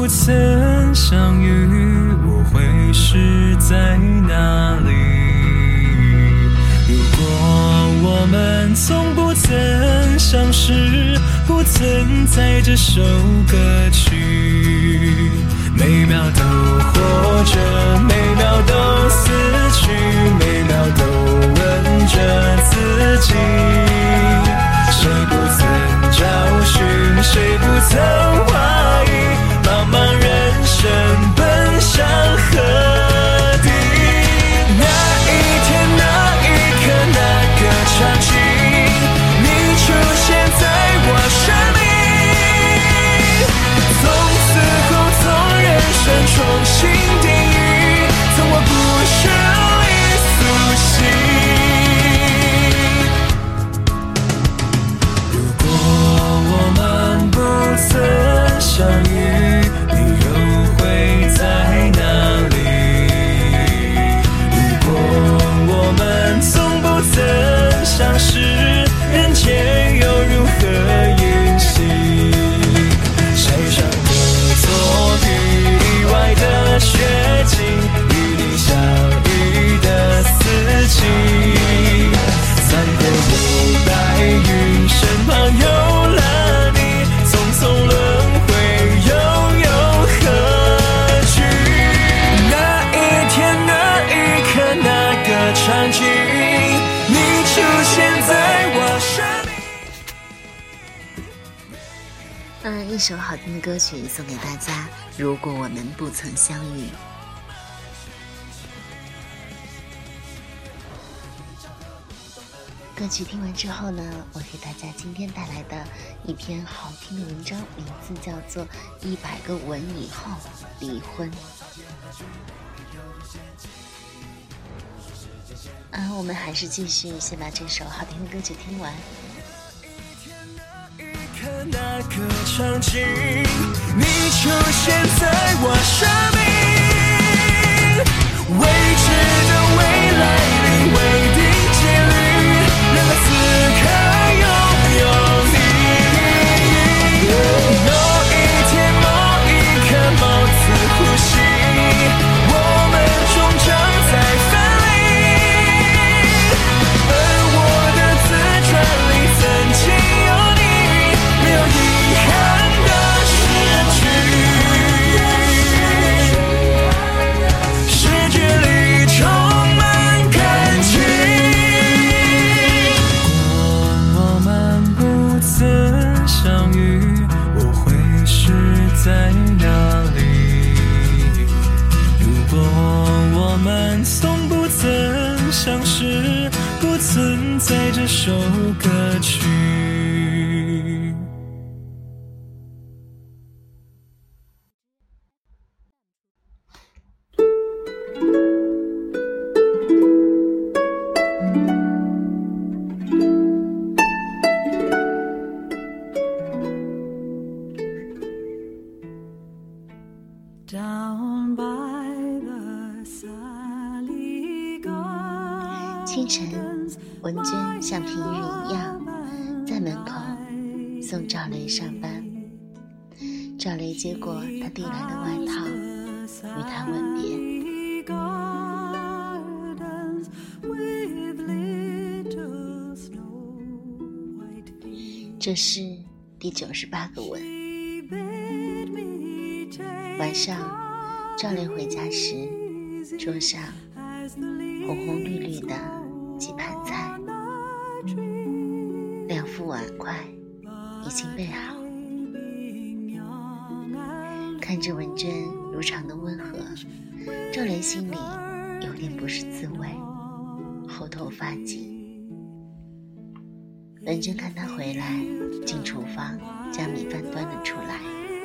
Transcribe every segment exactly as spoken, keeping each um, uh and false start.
曾相遇，我会是在哪里？如果我们从不曾相识，不曾在这首歌曲，每秒都活着，每秒都死去，每秒都问着自己，谁不曾找寻，谁不曾怀疑，茫茫人生奔向何地？那一天，那一刻，那个场景，你出现在我生命，从此后从人生重新定义，从我不是里苏醒。如果我们不曾相遇，你又会在哪里？如果我们从不曾相识，人间又如何运行？谁上的作品，意外的雪景，与你相遇的四季，残破不白云，身旁有了你，匆匆轮回又有何惧？那一天，那一刻，那个场景，你出现在我生命。 嗯，一首好听的歌曲送给大家，如果我们不曾相遇。歌曲听完之后呢，我给大家今天带来的一篇好听的文章，名字叫做《一百个吻以后离婚》。啊，我们还是继续先把这首好听的歌曲听完。 那个场景，你出现在我生命，未知的未来里，未定结局，任何此刻拥有你。某一天，某一刻，某次呼吸，我们终将再分离，而我的自传里曾经有你，没有遗憾的失去，视觉里充满感情。如果我们不曾相遇，我会是在哪里？如果我们从不曾相识，不存在这首歌曲。 清晨，文娟像平日一样在门口送赵雷上班。赵雷接过他递来的外套，与他吻别。这是第九十八个吻。晚上，赵雷回家时，桌上红红绿绿的几盘菜，两副碗筷已经备好。看着文娟如常的温和，赵雷心里有点不是滋味，后头发紧。文娟看他回来，进厨房将米饭端了出来，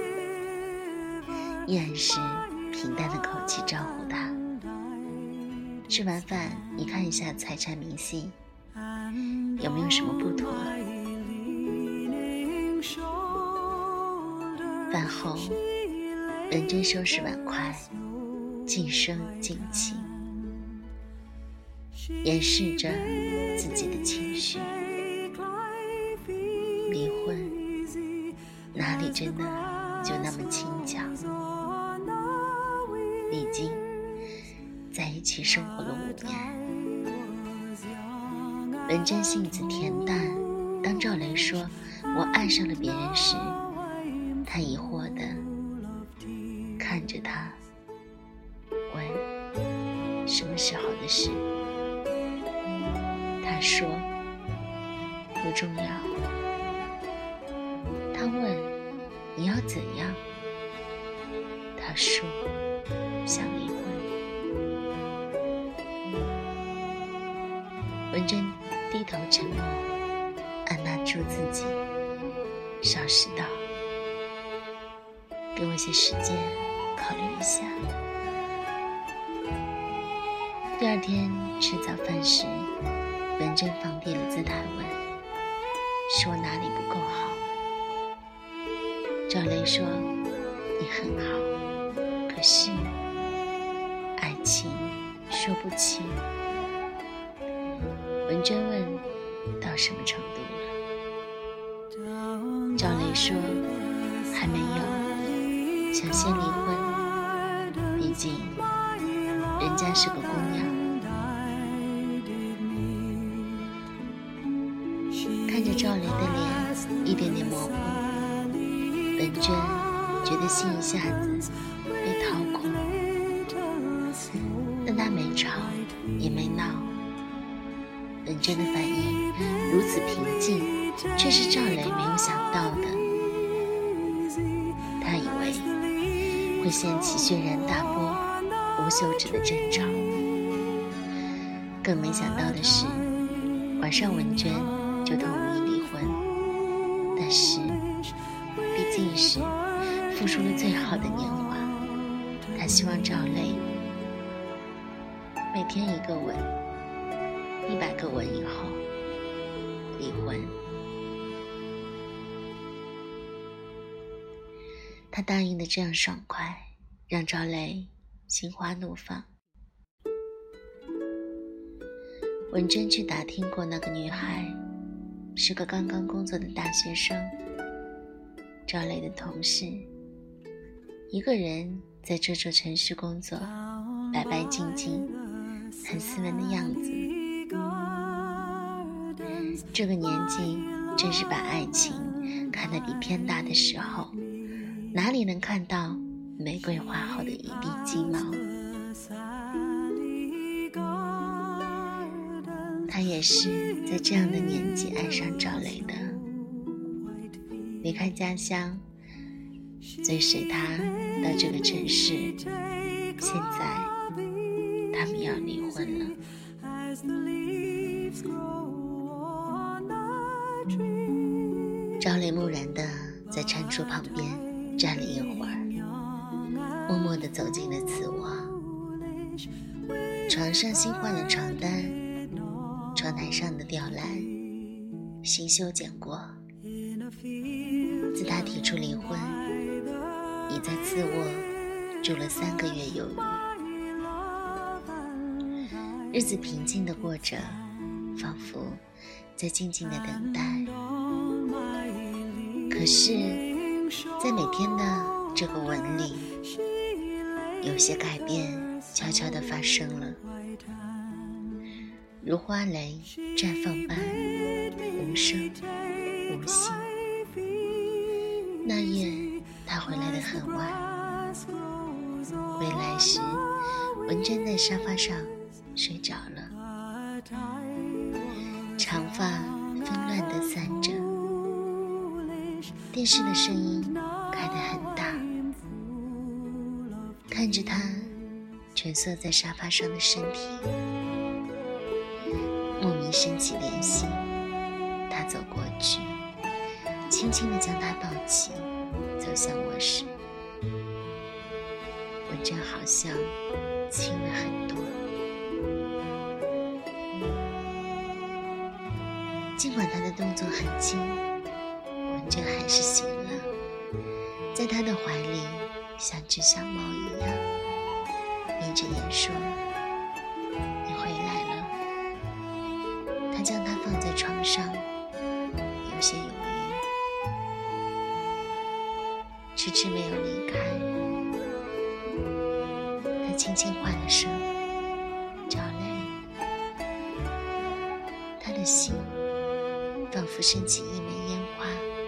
依然是平淡的口气招呼他。吃完饭，你看一下财产明细，有没有什么不妥？饭后，文娟收拾碗筷，静声静气，掩饰着自己的情绪。离婚哪里真的就那么轻巧？ 毕竟在一起生活了五年。文珍性子恬淡，当赵雷说我爱上了别人时，他疑惑地看着他，问什么时候的事。他说不重要。他问你要怎样？他说想离婚。文珍低头沉默，按捺住自己，稍事道，给我些时间考虑一下。第二天吃早饭时，文珍放低了姿态问，是我哪里不够好？赵雷说你很好，可是爱情说不清。文珍问到什么程度了？赵雷说还没有，想先离婚，毕竟人家是个姑娘。看着赵雷的脸一点点模糊，文珍觉得心一下子被掏空，但她没吵也没闹。文珍的反应如此平静，却是赵雷没有想到的。他以为会掀起轩然大波、无休止的争吵，更没想到的是，晚上文娟就同意离婚。但是毕竟是付出了最好的年华，他希望赵雷每天一个吻，一百个吻以后离婚。他答应的这样爽快，让赵雷心花怒放。文珍去打听过那个女孩，是个刚刚工作的大学生，赵雷的同事，一个人在这座城市工作，白白净净，很斯文的样子。这个年纪正是把爱情看得比天大的时候，哪里能看到玫瑰花后的一地鸡毛？他也是在这样的年纪爱上赵雷的，离开家乡，追随他到这个城市，现在他们要离婚了。赵雷木然地在餐桌旁边站了一会儿，默默地走进了次卧。床上新换了床单，窗台上的吊篮新修剪过。自他提出离婚，已在次卧住了三个月有余，日子平静地过着，仿佛在静静地等待。可是在每天的这个吻里，有些改变悄悄地发生了，如花蕾绽放般无声无息。那夜他回来得很晚，回来时文珍在沙发上睡着了，长发纷乱地散着，电视的声音开得很大，看着他蜷缩在沙发上的身体，莫名升起怜惜。他走过去，轻轻地将他抱起，走向卧室。文珍好像轻了很多，尽管他的动作很轻，文珍还是醒了，在他的怀里像只小猫一样，眯着眼说：“你回来了。”他将它放在床上，有些犹豫，迟迟没有离开。他轻轻唤了声赵雷，他的心仿佛升起一枚烟花，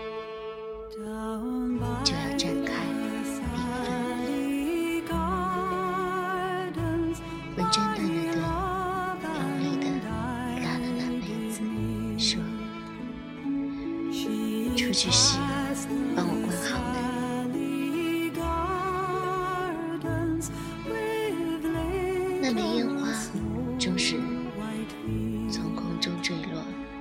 就要绽开缤纷。文珍顿了顿，用力地拉了拉妹子，说：出去时帮我关好门。那枚烟花终是从空中坠落，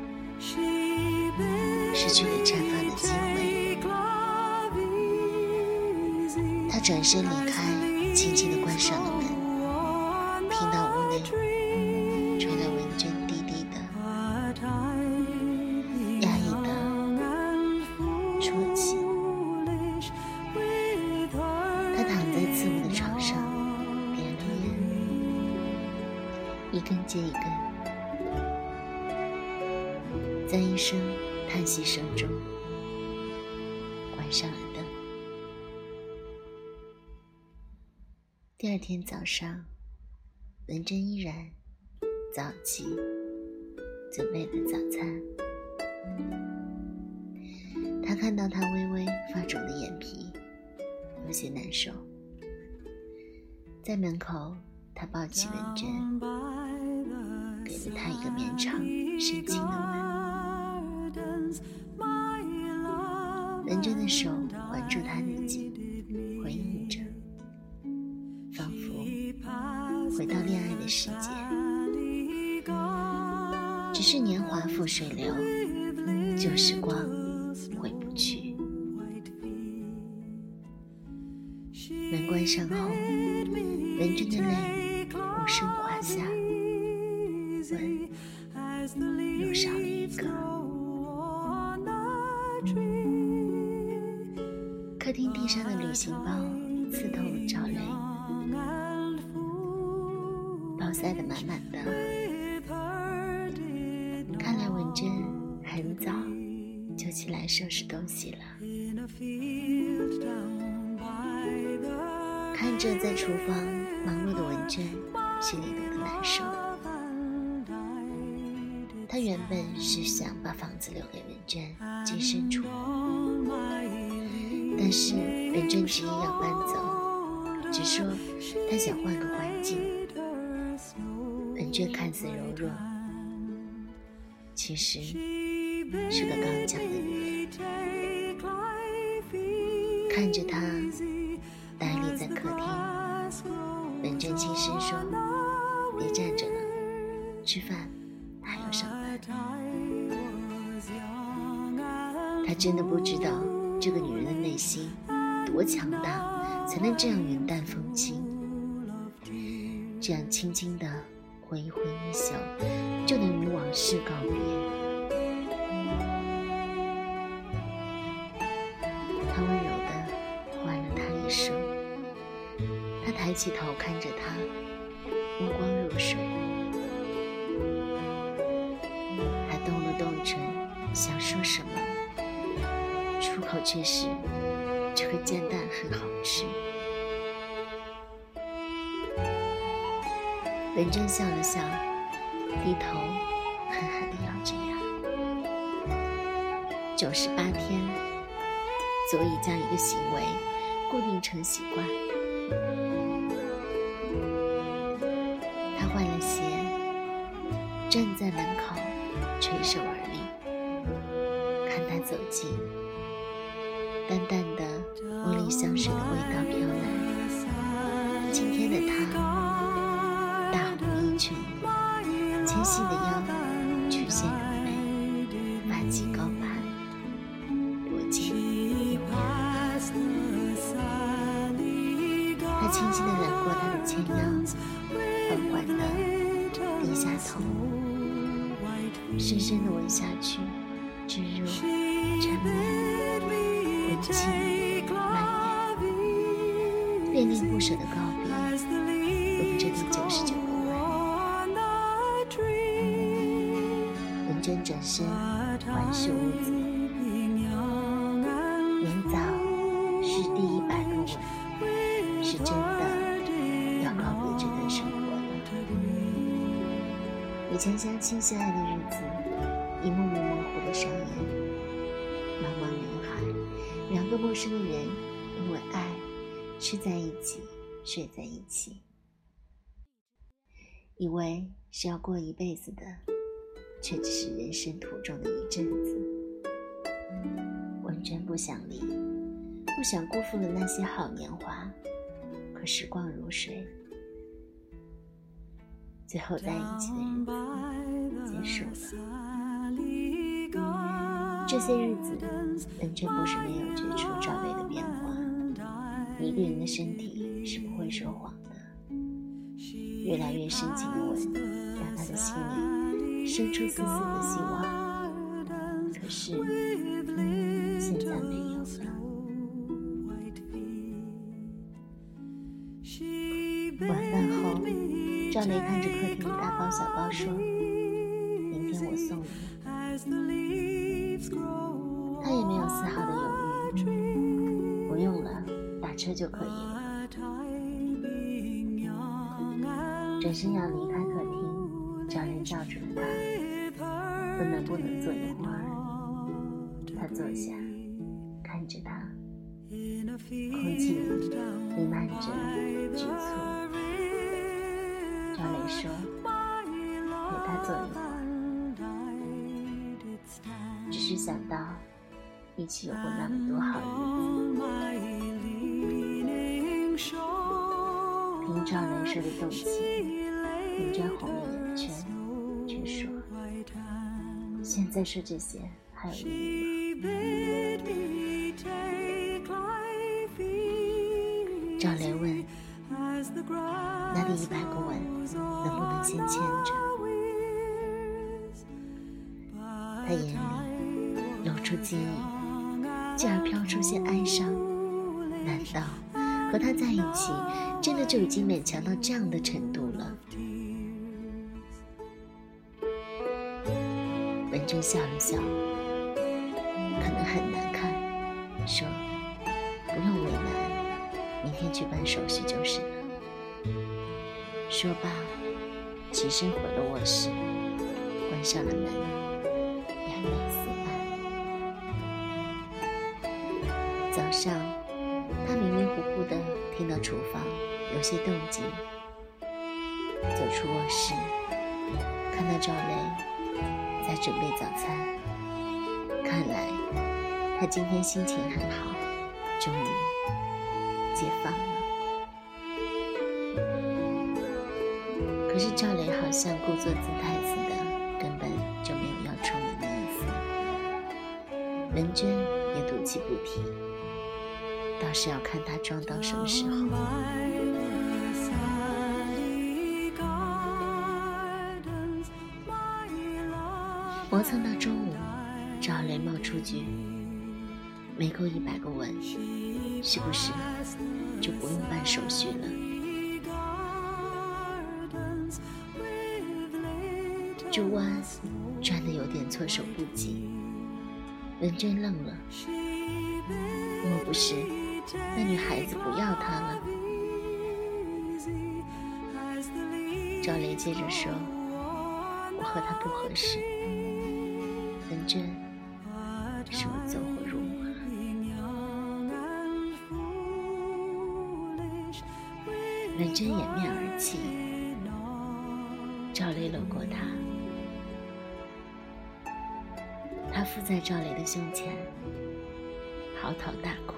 失去了绽放的机会。他转身离开，轻轻地关上了门，听到屋内传来文娟低低的压抑的啜泣。他躺在次卧的床上，点了烟，一根接一根，在一声叹息声中关上了灯。第二天早上，文珍依然早起准备了早餐。她看到她微微发肿的眼皮，有些难受。在门口，她抱起文珍，给了她一个绵长深情的吻。文珍的手环住她的颈，回应着，仿佛回到恋爱的世界。只是年华似水流，旧时光回不去。门关上后，文珍的泪无声滑下，吻又少了一个。客厅地上的旅行包刺痛了赵雷，包塞得满满的。看来文珍很早就起来收拾东西了。看着在厨房忙碌的文珍，心里多么难受。他原本是想把房子留给文珍寄身处，但是文珍执意要搬走，只说她想换个环境。文珍看似柔弱，其实是个刚强的女人。看着她呆立在客厅，文珍轻声说：别站着了，吃饭还要上班。她真的不知道这个女人的内心多强大，才能这样云淡风轻，这样轻轻地挥一挥衣袖，就能与往事告别。他温柔地唤了他一声，他抬起头看着他，目光如水，还动了动唇，想说什么，出口却是这个煎蛋很好吃。文珍笑了笑，低头狠狠地咬着牙。九十八天足以将一个行为固定成习惯。他换了鞋，站在门口垂手而立，看他走近，淡淡的茉莉香水的味道飘来。今天的他大红衣裙，纤细的腰曲线如眉，发髻高盘，脖颈悠扬。他轻轻地揽过她的纤腰，缓缓地低下头，深深地吻下去，置入缠绵温情蔓延，恋恋不舍的告别，吻着第九十九个吻。文珍转身环视屋子，明早是第一百个吻，是真的要告别以前相亲相爱的日子，一幕幕模糊的双眼，茫茫人海，两个陌生的人因为爱吃在一起，睡在一起，以为是要过一辈子的，却只是人生途中的一阵子。文娟不想离，不想辜负了那些好年华，可时光如水，最后在一起的日子结束了。这些日子，文娟不是没有觉出赵雷的变化。一个人的身体是不会说谎的，越来越深情的吻，让他的心里生出丝丝的希望。可是现在没有了。晚饭后，赵雷看着客厅的大包小包说：“明天我送你。”他也没有丝毫的犹豫：“不用了，打车就可以了。”转身要离开客厅，赵雷叫住了他：“问能不能坐一会儿？”他坐下，看着他，空气里弥漫着局促。赵雷说：“陪他坐一会儿。”只是想到一起有过那么多好日子。听赵雷说的动情，文娟红了眼圈，却说：“现在说这些还有意义吗？”赵雷问：“那第一百个吻能不能先牵着？”他眼里露出惊异，继而飘出些哀伤。难道和他在一起真的就已经勉强到这样的程度了？文珍笑了笑，可能很难看，说：“不用为难，明天去办手续就是了。”说罢起身回了卧室，关上了门，眼泪四漫。早上他迷迷糊糊地听到厨房有些动静，走出卧室，看到赵雷在准备早餐，看来他今天心情很好，终于解放了。可是赵雷好像故作姿态似的，根本就没有要出门的意思。文娟也赌气不提，倒是要看他装到什么时候。磨蹭到中午，赵雷冒出句：“没够一百个吻，是不是就不用办手续了？”这弯转得有点措手不及，文娟愣了。莫不是那女孩子不要他了？赵雷接着说：“我和他不合适。”文娟是我走火入魔。文娟掩面而泣。赵雷搂过她，她附在赵雷的胸前，嚎啕大哭。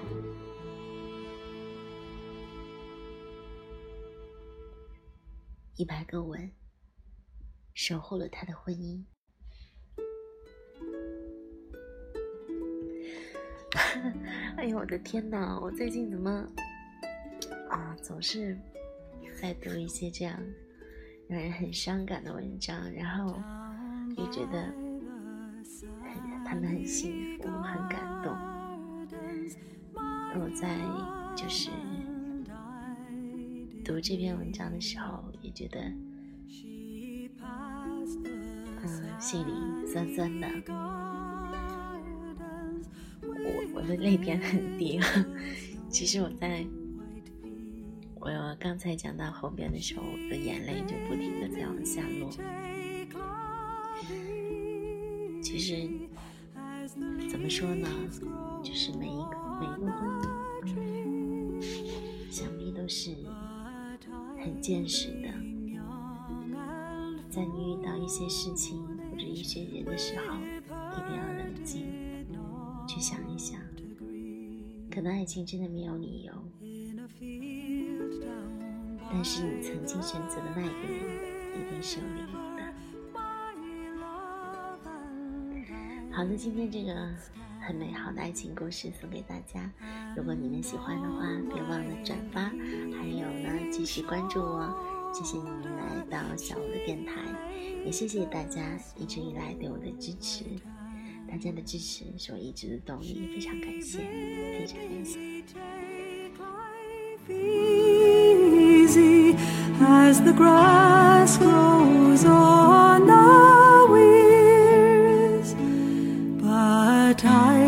一百个吻守护了他的婚姻。哎呦我的天哪，我最近怎么啊总是在读一些这样让人很伤感的文章，然后也觉得很他们很幸福，很感动。我在就是读这篇文章的时候也觉得嗯，心里酸酸的，我我的泪点很低。其实我在我刚才讲到后边的时候，我的眼泪就不停地在往下落。 其实怎么说呢，就是每一个每一个婚姻想必都是很现实的，在你遇到一些事情或者一些人的时候，一定要冷静去想一想，可能爱情真的没有理由，但是你曾经选择的那一个人一定是有理由的。好的，今天这个很美好的爱情故事送给大家，如果你们喜欢的话，别忘了转发，还有呢继续关注我。谢谢你们来到小吴的电台，也谢谢大家一直以来对我的支持，大家的支持是我一直的动力，非常感谢，非常感谢。Easy as the grass grows on the weirs, but I